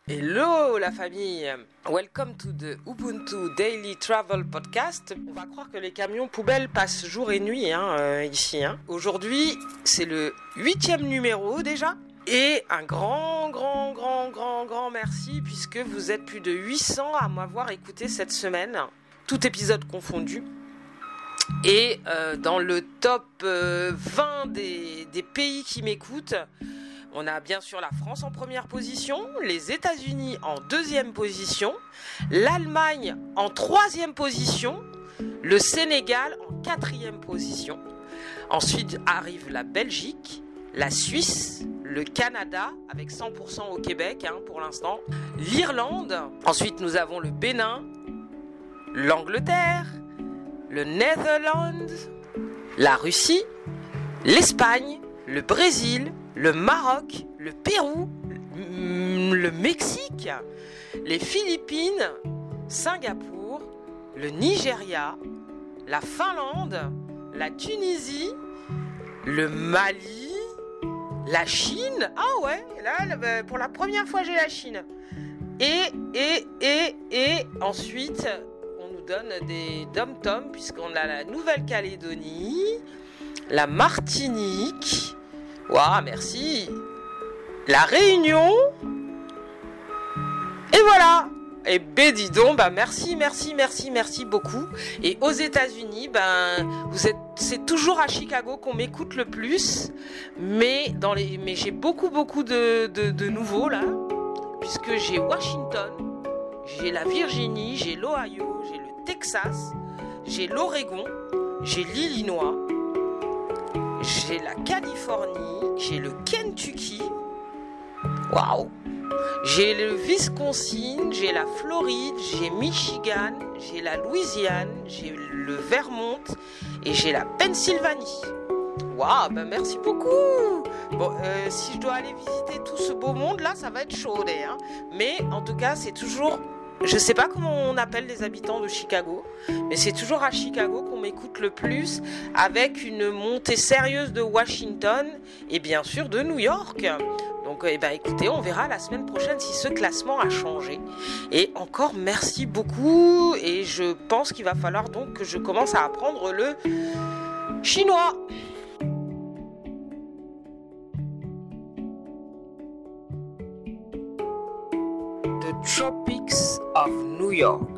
Hello la famille, welcome to the Ubuntu Daily Travel Podcast. On va croire que les camions poubelles passent jour et nuit ici. Aujourd'hui, c'est le 8e numéro déjà. Et un grand merci puisque vous êtes plus de 800 à m'avoir écouté cette semaine, tout épisode confondu. Et dans le top 20 des pays qui m'écoutent, on a bien sûr la France en première position, les États-Unis en deuxième position, l'Allemagne en troisième position, le Sénégal en quatrième position. Ensuite arrive la Belgique, la Suisse, le Canada avec 100% au Québec pour l'instant, l'Irlande. Ensuite nous avons le Bénin, l'Angleterre, le Netherlands, la Russie, l'Espagne, le Brésil, le Maroc, le Pérou, le Mexique, les Philippines, Singapour, le Nigeria, la Finlande, la Tunisie, le Mali, la Chine. Ah ouais, là pour la première fois j'ai la Chine. Et ensuite on nous donne des dom-toms puisqu'on a la Nouvelle-Calédonie, la Martinique. Waouh, merci. La Réunion. Et voilà. Et dis donc, merci beaucoup. Et aux États-Unis, c'est toujours à Chicago qu'on m'écoute le plus, mais j'ai beaucoup de nouveaux là, puisque j'ai Washington, j'ai la Virginie, j'ai l'Ohio, j'ai le Texas, j'ai l'Oregon, j'ai l'Illinois. J'ai la Californie, j'ai le Kentucky, waouh, j'ai le Wisconsin, j'ai la Floride, j'ai Michigan, j'ai la Louisiane, j'ai le Vermont et j'ai la Pennsylvanie. Waouh, merci beaucoup. Bon, si je dois aller visiter tout ce beau monde là, ça va être chaud mais en tout cas, c'est toujours... Je sais pas comment on appelle les habitants de Chicago, mais c'est toujours à Chicago qu'on m'écoute le plus, avec une montée sérieuse de Washington et bien sûr de New York. Donc écoutez, on verra la semaine prochaine si ce classement a changé. Et encore merci beaucoup, et je pense qu'il va falloir donc que je commence à apprendre le chinois. The tropics of New York.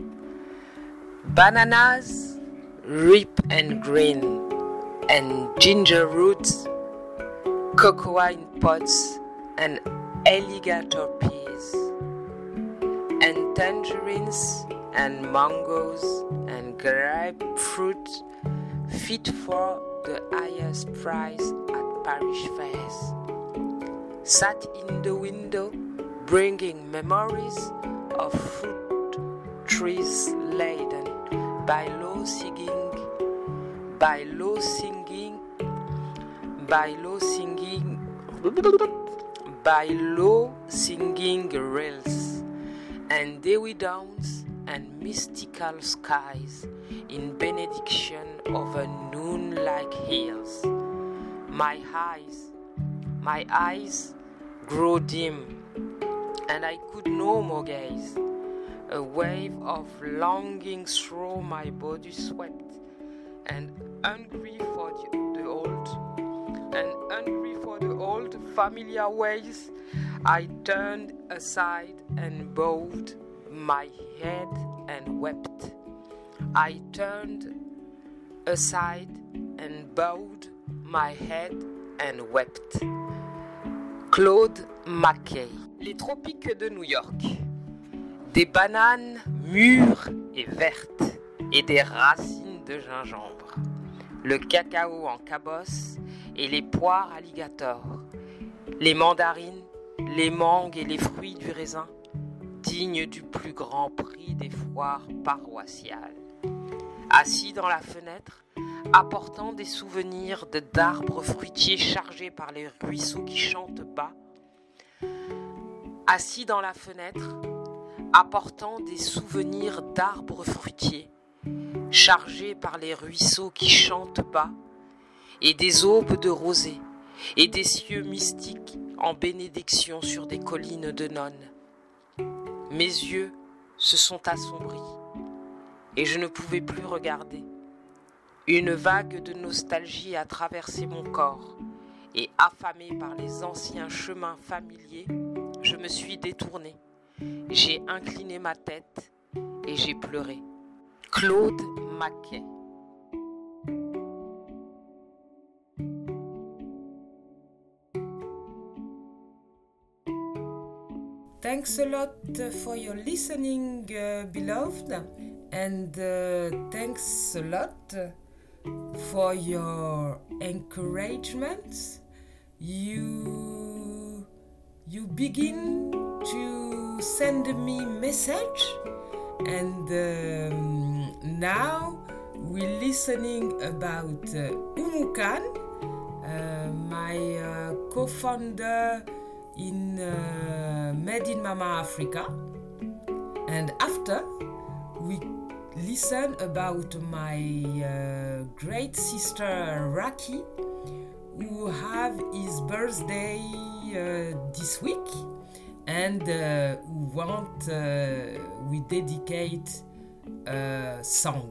Bananas, ripe and green, and ginger roots, cocoa in pots, and alligator peas, and tangerines, and mangoes, and grapefruit, fit for the highest price at Paris fairs. Sat in the window, bringing memories of fruit trees laden by low singing rills, and dewy dawns and mystical skies in benediction over noon-like hills. My eyes grow dim, and I could no more gaze. A wave of longing through my body swept, and hungry for the old familiar ways, I turned aside and bowed my head and wept. I turned aside and bowed my head and wept. Claude McKay. Les tropiques de New York. Des bananes mûres et vertes et des racines de gingembre. Le cacao en cabosse et les poires alligator. Les mandarines, les mangues et les fruits du raisin, dignes du plus grand prix des foires paroissiales. Assis dans la fenêtre, apportant des souvenirs d'arbres fruitiers chargés par les ruisseaux qui chantent bas. Assis dans la fenêtre, apportant des souvenirs d'arbres fruitiers chargés par les ruisseaux qui chantent bas, et des aubes de rosée, et des cieux mystiques en bénédiction sur des collines de nonnes. Mes yeux se sont assombris et je ne pouvais plus regarder. Une vague de nostalgie a traversé mon corps et affamé par les anciens chemins familiers, je me suis détournée. J'ai incliné ma tête et j'ai pleuré. Claude Maquet. Thanks a lot for your listening, beloved, and thanks a lot for your encouragement. You begin to send me message, and now we're listening about Umukan, my co-founder in Made in Mama Africa, and after we listen about my great sister Raki, who have his birthday this week, and who want we dedicate a song.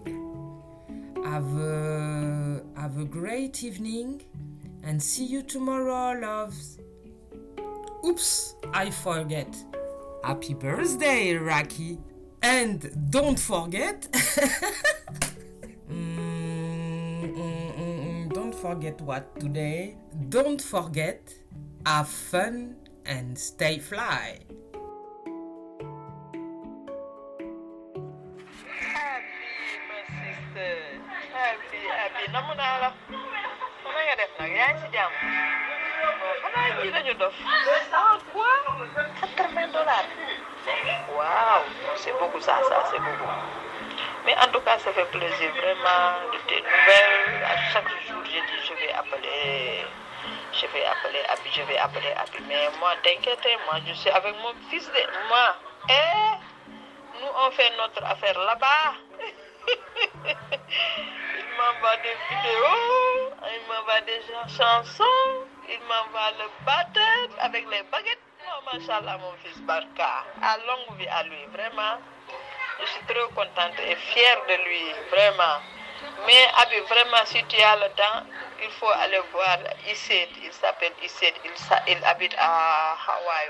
Have a great evening and see you tomorrow, loves. Oops, I forget. Happy birthday, Raki. And don't forget, don't forget what today? Don't forget, have fun and stay fly. Happy, my sister. Happy. Namunala. Comment nga def nag yaa ngi si jàmm. Xanaa ji lañu dof. Quoi? $80. Waouh, c'est beaucoup ça, c'est beaucoup. Mais en tout cas, ça fait plaisir vraiment de tes nouvelles. À chaque jour, je dis je vais appeler Abi. Mais moi, t'inquiète, moi, je suis avec mon fils de moi. Nous, on fait notre affaire là-bas. Il m'envoie des vidéos, il m'envoie des chansons, il m'envoie le batteur avec les baguettes. Oh, machallah, mon fils Barka. À longue vie à lui, vraiment. Je suis très contente et fière de lui, vraiment. Mais Abi, vraiment, si tu as le temps, il faut aller voir Isset. Il s'appelle Isset. Il habite à Hawaï.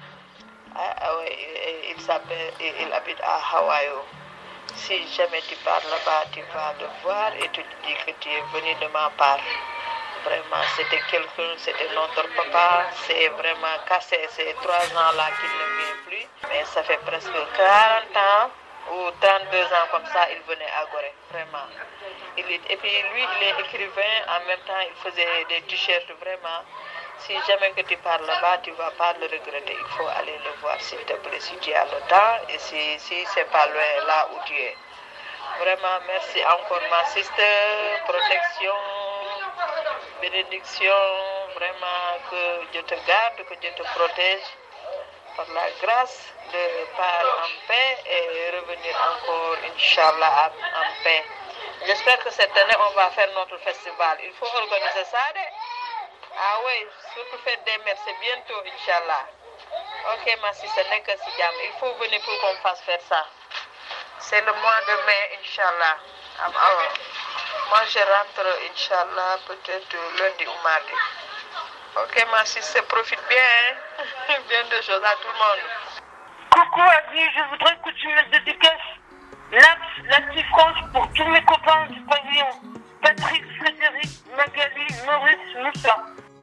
Il habite à Hawaï. Si jamais tu pars là-bas, tu vas le voir et tu te dis que tu es venu de ma part. Vraiment, c'était notre papa. C'est vraiment cassé ces 3 ans-là qu'il ne vient plus. Mais ça fait presque 40 ans ou 32 ans comme ça, il venait à Gorée. Vraiment. Et puis lui, il est écrivain. En même temps, il faisait des t-shirts. Vraiment. Si jamais que tu pars là-bas, tu ne vas pas le regretter. Il faut aller le voir, s'il te plaît, si tu as le temps et si c'est pas loin là où tu es. Vraiment, merci encore, ma sister. Protection, bénédiction. Vraiment, que Dieu te garde, que Dieu te protège. Par la grâce de part en paix et revenir encore, Inch'Allah, en paix. J'espère que cette année, on va faire notre festival. Il faut organiser ça, Ah oui, surtout fête des mères, c'est bientôt, Inch'Allah. Ok, ma sister, il faut venir pour qu'on fasse faire ça. C'est le mois de mai, Inch'Allah. Moi, je rentre, Inch'Allah, peut-être lundi ou mardi. Ok, ma sister, profite bien. Bien de choses à tout le monde. Coucou, Abi, je voudrais que tu me dédicaces la France pour tous mes copains du pavillon. Patrick, Frédéric, Magali, Maurice, Moussa.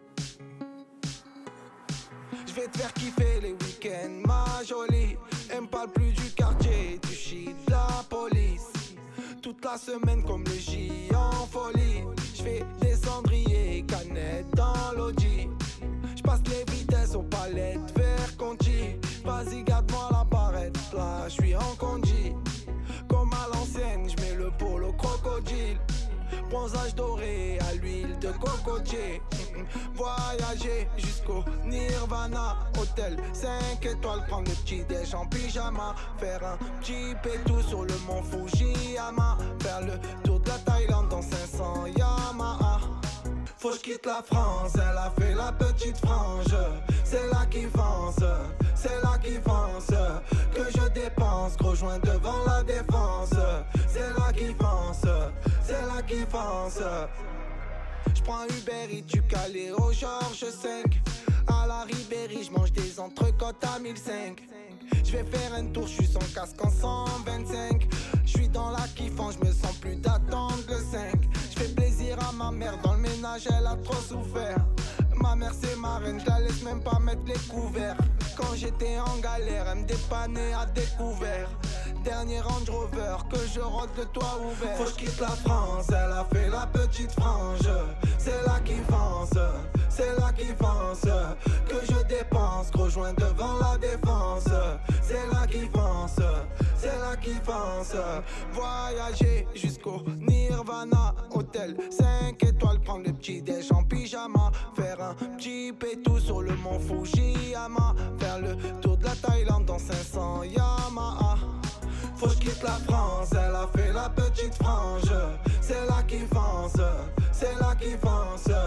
Je vais te faire kiffer les week-ends, ma jolie. Elle me parle plus du quartier, du shit, de la police. Toute la semaine comme le J en folie. Je fais des cendriers, canettes dans l'audi. Je passe les vitesses aux palettes, vers Conti. Vas-y, garde-moi la barrette, là je suis en condi. Comme à l'ancienne, je mets le polo crocodile. Bronzage doré à l'huile de cocotier. Voyager jusqu'au Nirvana. Hôtel 5 étoiles, prendre le petit déj en pyjama. Faire un petit pétou sur le mont Fujiyama. Faire le tour de la Thaïlande dans 500 Yamaha. Faut que je quitte la France, elle a fait la petite frange. C'est là qui fonce, c'est là qui fonce. prends Uber Eats du Calais au Georges 5. À la Ribéry, je mange des entrecôtes à 1005. Je vais faire un tour, je suis sans casque en 125. Je suis dans la kiffant, je me sens plus d'attendre le 5. Je fais plaisir à ma mère, dans le ménage elle a trop souffert. Ma mère c'est ma reine, je la laisse même pas mettre les couverts. Quand j'étais en galère, elle me dépannait à découvert. Dernier Range Rover, que je rentre le toit ouvert. Faut que je quitte la France, elle a fait la petite frange. C'est là qui pense, c'est là qui pense. Que je dépense, gros joint devant la défense. C'est là qui pense, c'est là qui pense. Voyager jusqu'au Nirvana, hôtel 5 étoiles, prendre le petit déj en pyjama. Faire un petit pétou sur le mont Fujiyama. Faire le tour de la Thaïlande dans 500 Yamaha. Faut que je quitte la France, elle a fait la petite frange. C'est là qui fonce, c'est là qui fonce.